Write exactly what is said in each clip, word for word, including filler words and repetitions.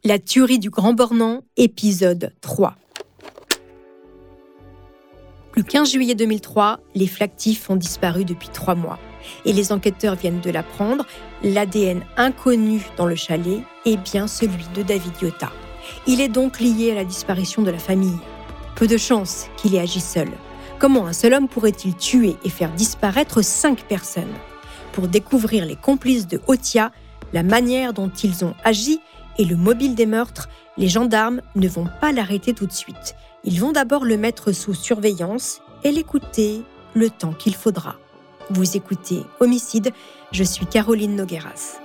La tuerie du Grand Bornand, épisode trois. Le quinze juillet deux mille trois, les flactifs ont disparu depuis trois mois. Et les enquêteurs viennent de l'apprendre, l'A D N inconnu dans le chalet est bien celui de David Yotta. Il est donc lié à la disparition de la famille. Peu de chance qu'il ait agi seul. Comment un seul homme pourrait-il tuer et faire disparaître cinq personnes ? Pour découvrir les complices de Ottia, la manière dont ils ont agi et le mobile des meurtres, les gendarmes ne vont pas l'arrêter tout de suite. Ils vont d'abord le mettre sous surveillance et l'écouter le temps qu'il faudra. Vous écoutez Homicide, je suis Caroline Nogueras.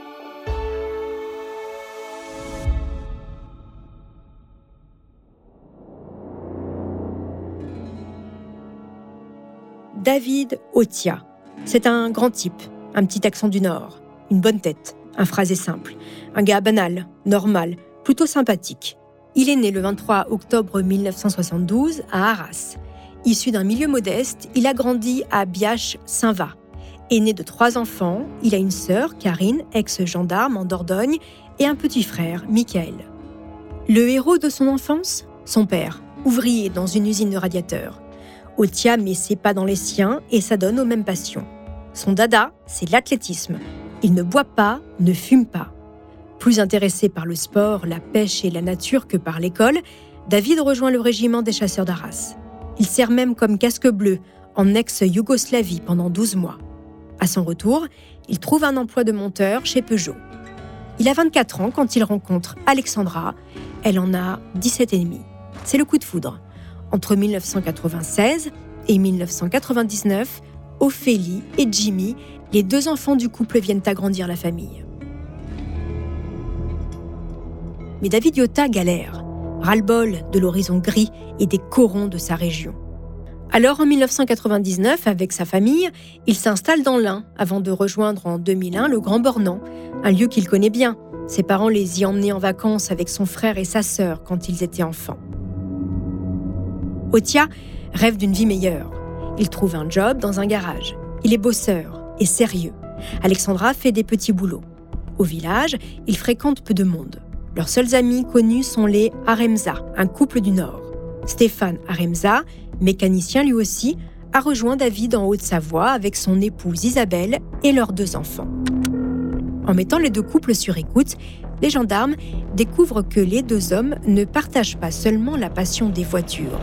David Ottia, c'est un grand type, un petit accent du Nord, une bonne tête. Un phrasé simple. Un gars banal, normal, plutôt sympathique. Il est né le vingt-trois octobre mille neuf cent soixante-douze à Arras. Issu d'un milieu modeste, il a grandi à Biache-Saint-Va. Aîné de trois enfants, il a une sœur, Karine, ex-gendarme en Dordogne, et un petit frère, Michael. Le héros de son enfance ? Son père, ouvrier dans une usine de radiateurs. Ottia met ses pas dans les siens et s'adonne aux mêmes passions. Son dada, c'est l'athlétisme. Il ne boit pas, ne fume pas. Plus intéressé par le sport, la pêche et la nature que par l'école, David rejoint le régiment des chasseurs d'Arras. Il sert même comme casque bleu en ex-Yougoslavie pendant douze mois. À son retour, il trouve un emploi de monteur chez Peugeot. Il a vingt-quatre ans quand il rencontre Alexandra. Elle en a dix-sept et demi. C'est le coup de foudre. Entre mille neuf cent quatre-vingt-seize et mille neuf cent quatre-vingt-dix-neuf, Ophélie et Jimmy, les deux enfants du couple, viennent agrandir la famille. Mais David Yotta galère, ras-le-bol de l'horizon gris et des corons de sa région. Alors en mille neuf cent quatre-vingt-dix-neuf, avec sa famille, il s'installe dans l'Ain avant de rejoindre en deux mille un le Grand Bornand, un lieu qu'il connaît bien. Ses parents les y emmenaient en vacances avec son frère et sa sœur quand ils étaient enfants. Ottia rêve d'une vie meilleure. Il trouve un job dans un garage. Il est bosseur et sérieux. Alexandra fait des petits boulots. Au village, il fréquente peu de monde. Leurs seuls amis connus sont les Aremza, un couple du Nord. Stéphane Aremza, mécanicien lui aussi, a rejoint David en Haute-Savoie avec son épouse Isabelle et leurs deux enfants. En mettant les deux couples sur écoute, les gendarmes découvrent que les deux hommes ne partagent pas seulement la passion des voitures.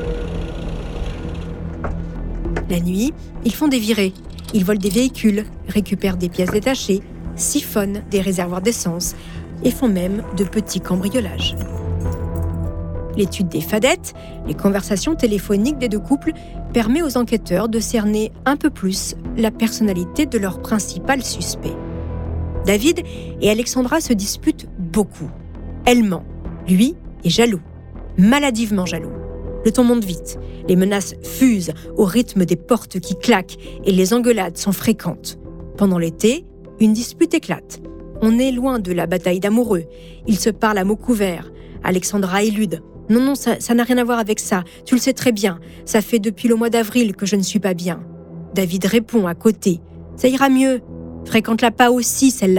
La nuit, ils font des virées. Ils volent des véhicules, récupèrent des pièces détachées, siphonnent des réservoirs d'essence et font même de petits cambriolages. L'étude des fadettes, les conversations téléphoniques des deux couples, permet aux enquêteurs de cerner un peu plus la personnalité de leur principal suspect. David et Alexandra se disputent beaucoup. Elle ment. Lui est jaloux, maladivement jaloux. Le ton monte vite, les menaces fusent au rythme des portes qui claquent et les engueulades sont fréquentes. Pendant l'été, une dispute éclate. On est loin de la bataille d'amoureux. Ils se parlent à mots couverts. Alexandra élude. « Non, non, ça, ça n'a rien à voir avec ça. Tu le sais très bien. Ça fait depuis le mois d'avril que je ne suis pas bien. » David répond à côté. « Ça ira mieux. Fréquente-la pas aussi, celle-là. »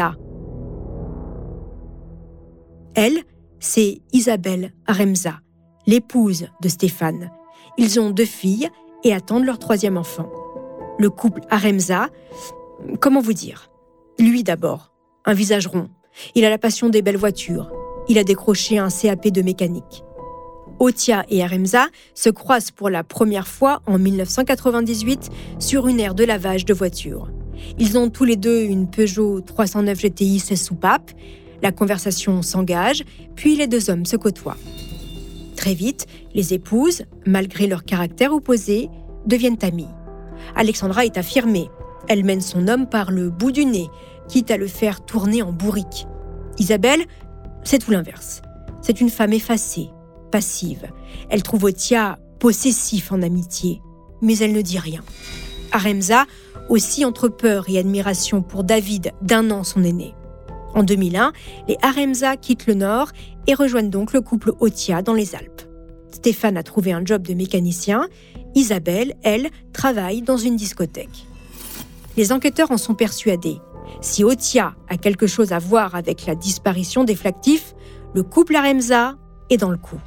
Elle, c'est Isabelle Aremza, l'épouse de Stéphane. Ils ont deux filles et attendent leur troisième enfant. Le couple Aremza, comment vous dire ? Lui d'abord, un visage rond. Il a la passion des belles voitures. Il a décroché un C A P de mécanique. Ottia et Aremza se croisent pour la première fois en mille neuf cent quatre-vingt-dix-huit sur une aire de lavage de voitures. Ils ont tous les deux une Peugeot trois cent neuf G T I seize soupapes. La conversation s'engage, puis les deux hommes se côtoient. Très vite, les épouses, malgré leur caractère opposé, deviennent amies. Alexandra est affirmée. Elle mène son homme par le bout du nez, quitte à le faire tourner en bourrique. Isabelle, c'est tout l'inverse. C'est une femme effacée, passive. Elle trouve Ottia possessif en amitié, mais elle ne dit rien. Aremza aussi entre peur et admiration pour David, d'un an son aîné. En deux mille un, les Aremza quittent le Nord et rejoignent donc le couple Ottia dans les Alpes. Stéphane a trouvé un job de mécanicien. Isabelle, elle, travaille dans une discothèque. Les enquêteurs en sont persuadés. Si Ottia a quelque chose à voir avec la disparition des flactifs, Le couple Aremza est dans le coup.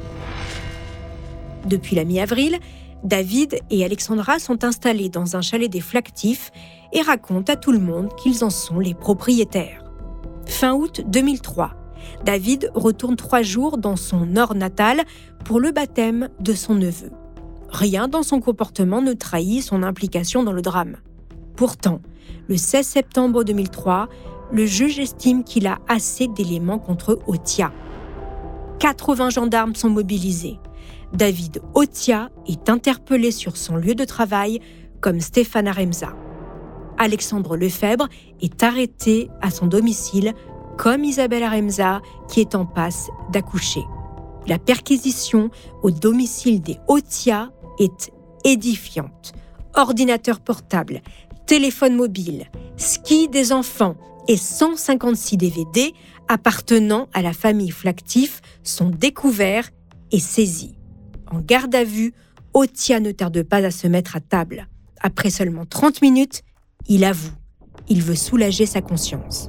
Depuis la mi-avril, David et Alexandra sont installés dans un chalet des Flactif et racontent à tout le monde qu'ils en sont les propriétaires. Fin août deux mille trois, David retourne trois jours dans son nord natal pour le baptême de son neveu. Rien dans son comportement ne trahit son implication dans le drame. Pourtant, le seize septembre deux mille trois, le juge estime qu'il a assez d'éléments contre Otia. quatre-vingts gendarmes sont mobilisés. David Otia est interpellé sur son lieu de travail comme Stéphane Aremza. Alexandre Lefebvre est arrêté à son domicile comme Isabelle Aremza qui est en passe d'accoucher. La perquisition au domicile des Otia est édifiante. Ordinateur portable, téléphone mobile, ski des enfants et cent cinquante-six D V D appartenant à la famille Flactif sont découverts et saisis. En garde à vue, Otia ne tarde pas à se mettre à table. Après seulement trente minutes, il avoue. Il veut soulager sa conscience.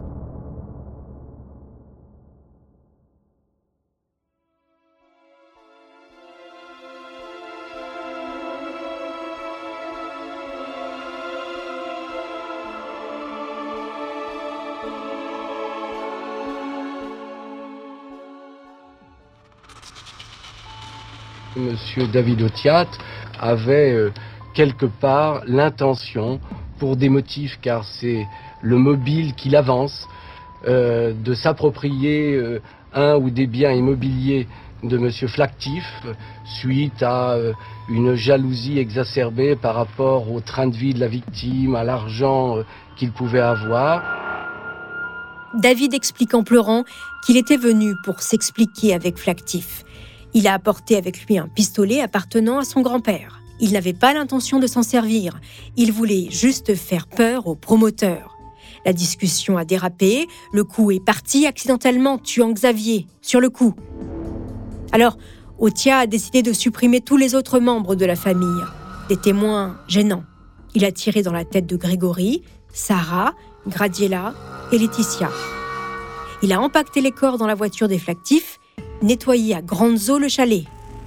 Monsieur David Otia avait euh, quelque part l'intention, pour des motifs, car c'est le mobile qu'il avance, euh, de s'approprier euh, un ou des biens immobiliers de Monsieur Flactif, suite à euh, une jalousie exacerbée par rapport au train de vie de la victime, à l'argent euh, qu'il pouvait avoir. David explique en pleurant qu'il était venu pour s'expliquer avec Flactif. Il a apporté avec lui un pistolet appartenant à son grand-père. Il n'avait pas l'intention de s'en servir. Il voulait juste faire peur au promoteur. La discussion a dérapé. Le coup est parti accidentellement, tuant Xavier, sur le coup. Alors, Otia a décidé de supprimer tous les autres membres de la famille. Des témoins gênants. Il a tiré dans la tête de Grégory, Sarah, Gradiela et Laetitia. Il a empaqueté les corps dans la voiture des Flactif, nettoyer à grandes eaux le chalet.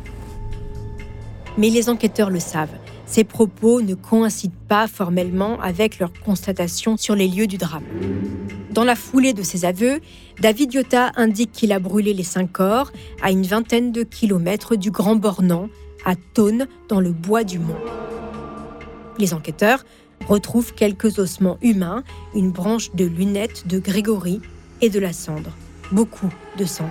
Mais les enquêteurs le savent, ces propos ne coïncident pas formellement avec leurs constatations sur les lieux du drame. Dans la foulée de ses aveux, David Otia indique qu'il a brûlé les cinq corps à une vingtaine de kilomètres du Grand Bornand, à Thônes, dans le bois du Mont. Les enquêteurs retrouvent quelques ossements humains, une branche de lunette de Grégory et de la cendre. Beaucoup de cendre.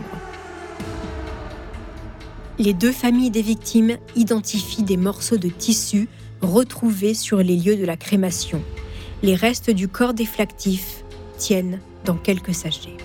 Les deux familles des victimes identifient des morceaux de tissu retrouvés sur les lieux de la crémation. Les restes du corps des Flactif tiennent dans quelques sachets.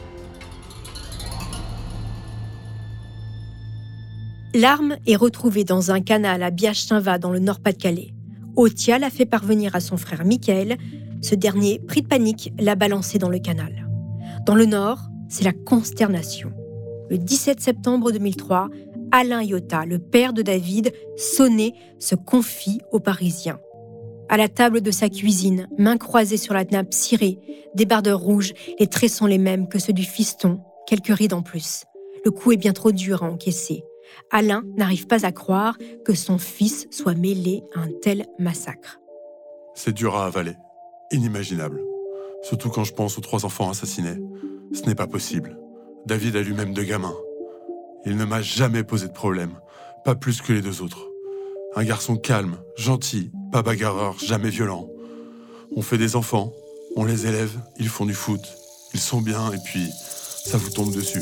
L'arme est retrouvée dans un canal à Biache-Saint-Va dans le Nord-Pas-de-Calais. Otia l'a fait parvenir à son frère Mickaël. Ce dernier, pris de panique, l'a balancé dans le canal. Dans le Nord, c'est la consternation. Le dix-sept septembre deux mille trois, Alain Iota, le père de David, sonné, se confie aux Parisiens. À la table de sa cuisine, mains croisées sur la nappe cirée, débardeur rouge, les traits sont les mêmes que ceux du fiston, quelques rides en plus. Le coup est bien trop dur à encaisser. Alain n'arrive pas à croire que son fils soit mêlé à un tel massacre. C'est dur à avaler, inimaginable. Surtout quand je pense aux trois enfants assassinés. Ce n'est pas possible. David a lui-même deux gamins. Il ne m'a jamais posé de problème, pas plus que les deux autres. Un garçon calme, gentil, pas bagarreur, jamais violent. On fait des enfants, on les élève, ils font du foot, ils sont bien et puis ça vous tombe dessus.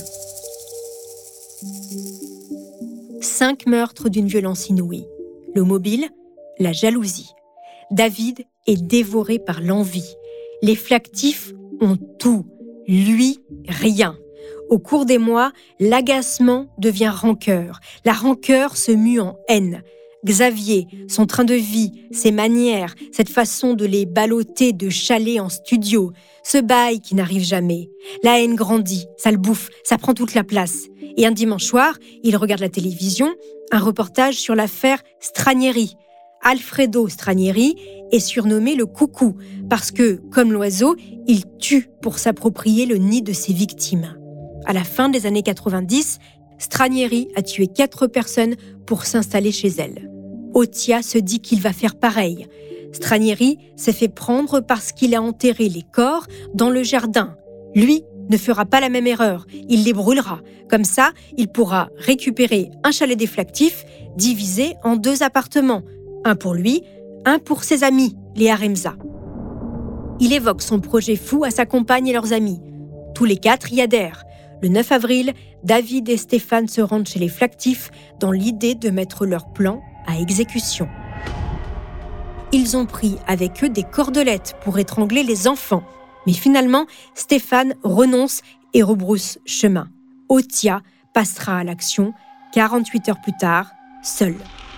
Cinq meurtres d'une violence inouïe. Le mobile, la jalousie. David est dévoré par l'envie. Les Flactif ont tout, lui, rien. Au cours des mois, l'agacement devient rancœur. La rancœur se mue en haine. Xavier, son train de vie, ses manières, cette façon de les balloter de chalet en studio, ce bail qui n'arrive jamais. La haine grandit, ça le bouffe, ça prend toute la place. Et un dimanche soir, il regarde la télévision, un reportage sur l'affaire Stranieri. Alfredo Stranieri est surnommé le coucou parce que, comme l'oiseau, il tue pour s'approprier le nid de ses victimes. À la fin des années quatre-vingt-dix, Stranieri a tué quatre personnes pour s'installer chez elle. Ottia se dit qu'il va faire pareil. Stranieri s'est fait prendre parce qu'il a enterré les corps dans le jardin. Lui ne fera pas la même erreur, il les brûlera. Comme ça, il pourra récupérer un chalet déflactif divisé en deux appartements. Un pour lui, un pour ses amis, les Aremza. Il évoque son projet fou à sa compagne et leurs amis. Tous les quatre y adhèrent. Le neuf avril, David et Stéphane se rendent chez les Flactifs dans l'idée de mettre leur plan à exécution. Ils ont pris avec eux des cordelettes pour étrangler les enfants. Mais finalement, Stéphane renonce et rebrousse chemin. Ottia passera à l'action quarante-huit heures plus tard, seul.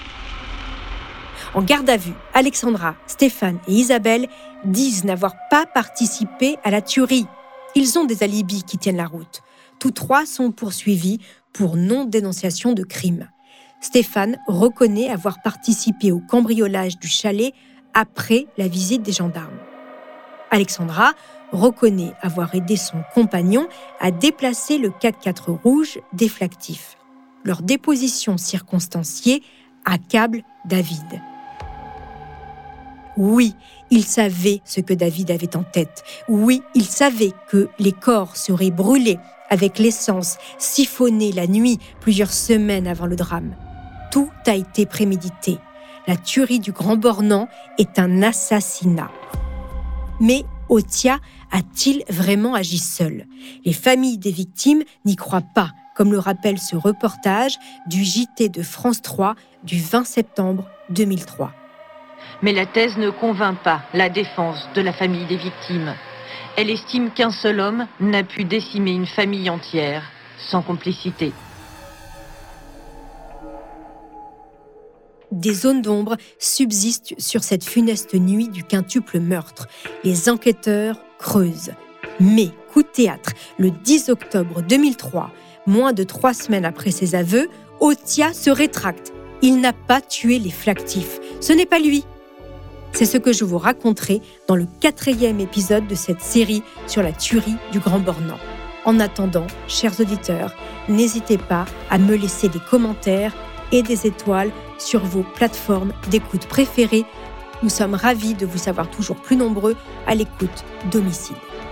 En garde à vue, Alexandra, Stéphane et Isabelle disent n'avoir pas participé à la tuerie. Ils ont des alibis qui tiennent la route. Tous trois sont poursuivis pour non-dénonciation de crime. Stéphane reconnaît avoir participé au cambriolage du chalet après la visite des gendarmes. Alexandra reconnaît avoir aidé son compagnon à déplacer le quatre-quatre rouge des Flactifs. Leur déposition circonstanciée accable David. Oui, il savait ce que David avait en tête. Oui, il savait que les corps seraient brûlés avec l'essence siphonnée la nuit, plusieurs semaines avant le drame. Tout a été prémédité. La tuerie du Grand Bornand est un assassinat. Mais Ottia a-t-il vraiment agi seul ? Les familles des victimes n'y croient pas, comme le rappelle ce reportage du J T de France trois du vingt septembre deux mille trois. Mais la thèse ne convainc pas la défense de la famille des victimes. Elle estime qu'un seul homme n'a pu décimer une famille entière sans complicité. Des zones d'ombre subsistent sur cette funeste nuit du quintuple meurtre. Les enquêteurs creusent. Mais, coup de théâtre, le dix octobre deux mille trois, moins de trois semaines après ses aveux, Ottia se rétracte. Il n'a pas tué les Flactifs. Ce n'est pas lui. C'est ce que je vous raconterai dans le quatrième épisode de cette série sur la tuerie du Grand Bornand. En attendant, chers auditeurs, n'hésitez pas à me laisser des commentaires et des étoiles sur vos plateformes d'écoute préférées. Nous sommes ravis de vous savoir toujours plus nombreux à l'écoute d'Homicide.